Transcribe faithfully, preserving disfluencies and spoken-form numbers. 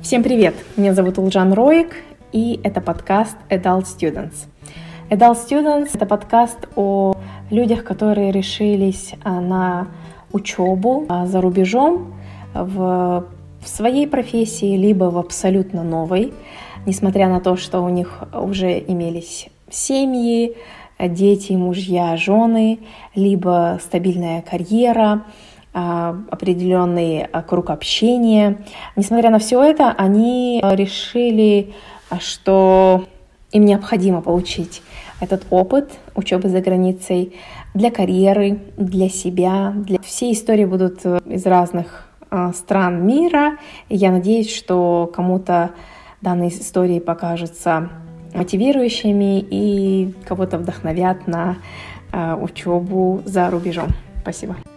Всем привет! Меня зовут Улжан Роик, и это подкаст Adult Students. Adult Students — это подкаст о людях, которые решились на учебу за рубежом в, в своей профессии, либо в абсолютно новой, несмотря на то, что у них уже имелись семьи, дети, мужья, жены, либо стабильная карьера, определенный круг общения. Несмотря на все это, они решили, что им необходимо получить этот опыт учебы за границей для карьеры, для себя. Для... Все истории будут из разных стран мира. И я надеюсь, что кому-то данные истории покажутся мотивирующими и кого-то вдохновят на учебу за рубежом. Спасибо.